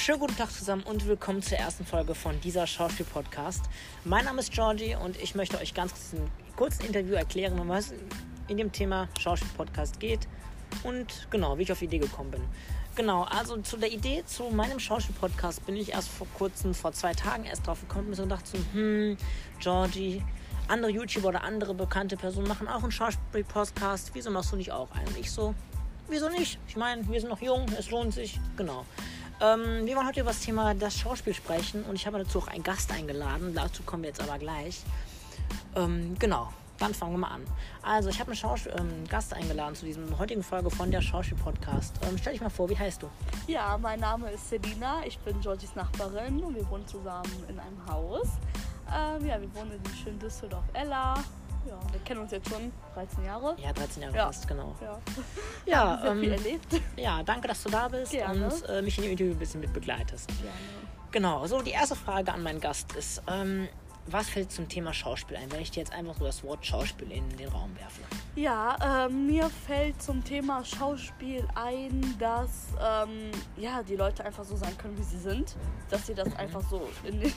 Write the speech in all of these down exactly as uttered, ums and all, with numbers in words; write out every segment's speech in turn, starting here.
Schönen guten Tag zusammen und willkommen zur ersten Folge von dieser Schauspiel-Podcast. Mein Name ist Georgie und ich möchte euch ganz kurz in einem kurzen Interview erklären, um was in dem Thema Schauspiel-Podcast geht und genau, wie ich auf die Idee gekommen bin. Genau, also zu der Idee zu meinem Schauspiel-Podcast bin ich erst vor kurzem, vor zwei Tagen erst drauf gekommen und mir so gedacht, so, hm, Georgie, andere YouTuber oder andere bekannte Personen machen auch einen Schauspiel-Podcast, wieso machst du nicht auch einen? Und ich so, wieso nicht? Ich meine, wir sind noch jung, es lohnt sich, genau. Ähm, wir wollen heute über das Thema das Schauspiel sprechen und ich habe dazu auch einen Gast eingeladen, dazu kommen wir jetzt aber gleich. Ähm, genau, dann fangen wir mal an. Also, ich habe einen Schaus- ähm, Gast eingeladen zu dieser heutigen Folge von der Schauspiel-Podcast. Ähm, stell dich mal vor, wie heißt du? Ja, mein Name ist Selina, ich bin Georgies Nachbarin und wir wohnen zusammen in einem Haus. Ähm, ja, wir wohnen in schönen Düsseldorf-Ella. Ja, wir kennen uns jetzt schon dreizehn Jahre. Ja, dreizehn Jahre ja. fast, genau. Ja, ja sehr ähm, viel erlebt. Ja, danke, dass du da bist Gerne. und äh, mich in dem Interview ein bisschen mit begleitest. Gerne. Genau, so die erste Frage an meinen Gast ist, ähm, was fällt zum Thema Schauspiel ein, wenn ich dir jetzt einfach so das Wort Schauspiel in den Raum werfe? Ja, äh, mir fällt zum Thema Schauspiel ein, dass ähm, ja, die Leute einfach so sein können, wie sie sind. Dass sie das Mhm. einfach so in den,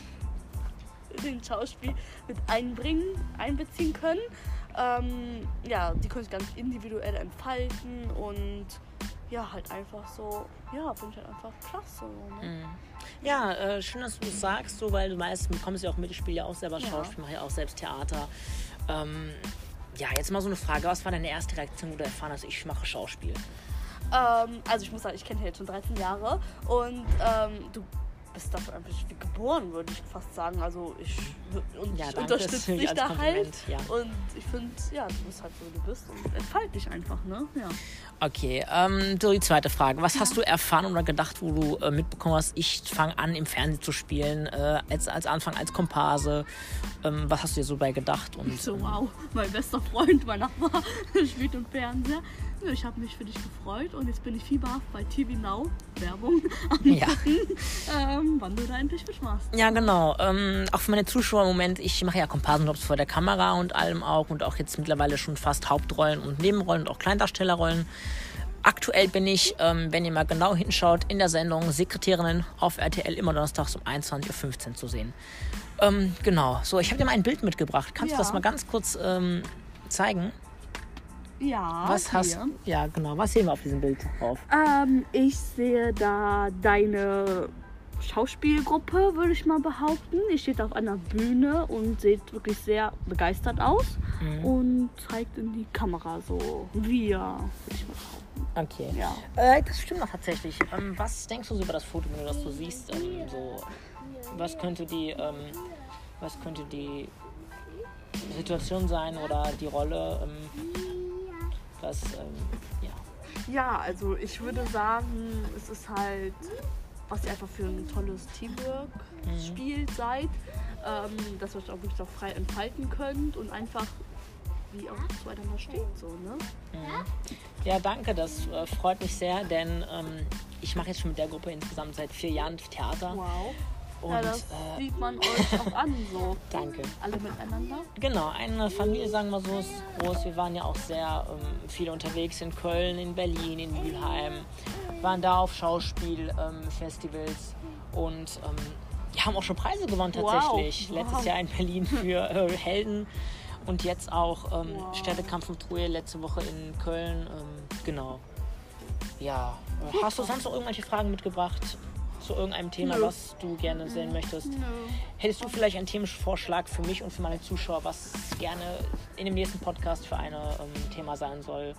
in den Schauspiel mit einbringen, einbeziehen können. Ähm, ja, die können sich ganz individuell entfalten und ja, halt einfach so, ja, finde ich halt einfach klasse. So, ne? Ja, äh, schön, dass du das sagst, so, weil du meist bekommst ja auch mit, ich spiele ja auch selber Ja. Schauspiel, mache ja auch selbst Theater. Ähm, ja, jetzt mal so eine Frage, was war deine erste Reaktion, wo du erfahren hast, ich mache Schauspiel? Ähm, also ich muss sagen, ich kenne dich jetzt schon dreizehn Jahre und ähm, du bist dafür einfach wie geboren, würde ich fast sagen. Also ich, und Ja, ich danke, das unterstütze finde ich dich als da halt. Kompliment, ja. Und ich finde, ja, du bist halt so, wie du bist und entfalt dich einfach, ne? Ja. Okay, ähm, so die zweite Frage. Was hast du erfahren oder gedacht, wo du äh, mitbekommen hast, ich fange an, im Fernsehen zu spielen, äh, als, als Anfang als Komparse? Ähm, was hast du dir so bei gedacht? Und, So, ähm, wow, mein bester Freund, mein Nachbar, spielt im Fernseher. Ich habe mich für dich gefreut und jetzt bin ich fieberhaft bei T V Now, Werbung, am Ja. gucken, ähm, wann du da endlich mitmachst. Ja, genau. Ähm, auch für meine Zuschauer im Moment, ich mache ja Komparsenjobs vor der Kamera und allem auch und auch jetzt mittlerweile schon fast Hauptrollen und Nebenrollen und auch Kleindarstellerrollen. Aktuell bin ich, ähm, wenn ihr mal genau hinschaut, in der Sendung Sekretärinnen auf R T L immer donnerstags um einundzwanzig Uhr fünfzehn zu sehen. Ähm, genau. So, ich habe dir mal ein Bild mitgebracht. Kannst Ja. du das mal ganz kurz ähm, zeigen? Ja, Was hast hier. Ja, genau. Was sehen wir auf diesem Bild drauf? Ähm, ich sehe da deine Schauspielgruppe, würde ich mal behaupten. Ihr steht auf einer Bühne und seht wirklich sehr begeistert aus Mhm. und zeigt in die Kamera so wir, würde ich mal behaupten. Okay. Ja. Äh, das stimmt auch tatsächlich. Ähm, was denkst du so über das Foto, wenn du das so siehst? Ähm, so, was könnte die, ähm, was könnte die Situation sein oder die Rolle? Ähm, was, ähm, ja. Ja, also ich würde sagen, es ist halt, was ihr einfach für ein tolles Teamwork Mhm. spielt seid, ähm, dass ihr euch auch wirklich auch frei entfalten könnt und einfach wie auch zueinander steht, so, ne? Ja, danke, das äh, freut mich sehr, denn ähm, ich mache jetzt schon mit der Gruppe insgesamt seit vier Jahren Theater. Wow. Und, Ja, das äh, sieht man euch auch an, so. Danke. Alle miteinander. Genau, eine Familie, sagen wir so, ist groß. Wir waren ja auch sehr ähm, viel unterwegs in Köln, in Berlin, in Mülheim. Waren da auf Schauspielfestivals ähm, und ähm, wir haben auch schon Preise gewonnen tatsächlich. Wow. Letztes Wow. Jahr in Berlin für äh, Helden und jetzt auch ähm, Wow. Städtekampf und Troje letzte Woche in Köln. Ähm, genau. Ja, äh, hast du sonst noch irgendwelche Fragen mitgebracht zu irgendeinem Thema, Nö. was du gerne sehen möchtest? Nö. Hättest du vielleicht einen Themenvorschlag für mich und für meine Zuschauer, was gerne in dem nächsten Podcast für ein ähm, Thema sein soll?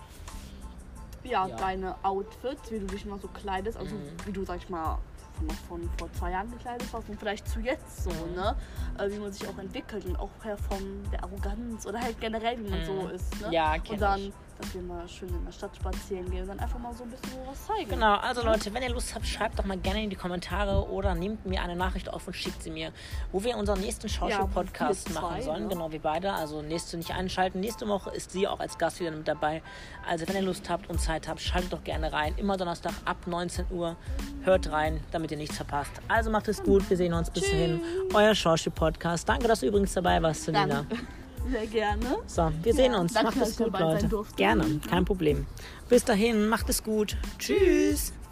Ja, Ja. deine Outfits, wie du dich mal so kleidest, also Mhm. wie du, sag ich mal, von, von vor zwei Jahren gekleidet hast und vielleicht zu jetzt so, Mhm. ne? Äh, wie man sich auch entwickelt und auch her von der Arroganz oder halt generell, wie man Mhm. so ist, ne? Ja, kenn Und dann, ich. dass wir mal schön in der Stadt spazieren gehen und dann einfach mal so ein bisschen was zeigen. Genau, also Leute, wenn ihr Lust habt, schreibt doch mal gerne in die Kommentare oder nehmt mir eine Nachricht auf und schickt sie mir, wo wir unseren nächsten Schauspiel-Podcast wir zwei, machen sollen. ne? Genau, wir beide. Also nächste nicht einschalten. Nächste Woche ist sie auch als Gast wieder mit dabei. Also wenn ihr Lust habt und Zeit habt, schaltet doch gerne rein. Immer Donnerstag ab neunzehn Uhr. Hört rein, damit ihr nichts verpasst. Also macht es gut. Wir sehen uns. Bis dahin. Euer Schauspiel-Podcast. Danke, dass du übrigens dabei warst, Selina. Danke. Sehr gerne. So, wir sehen Ja, uns. danke, Macht dass es ich gut, dabei sein Leute. durfte. Gerne, kein Problem. Bis dahin, macht es gut. Tschüss.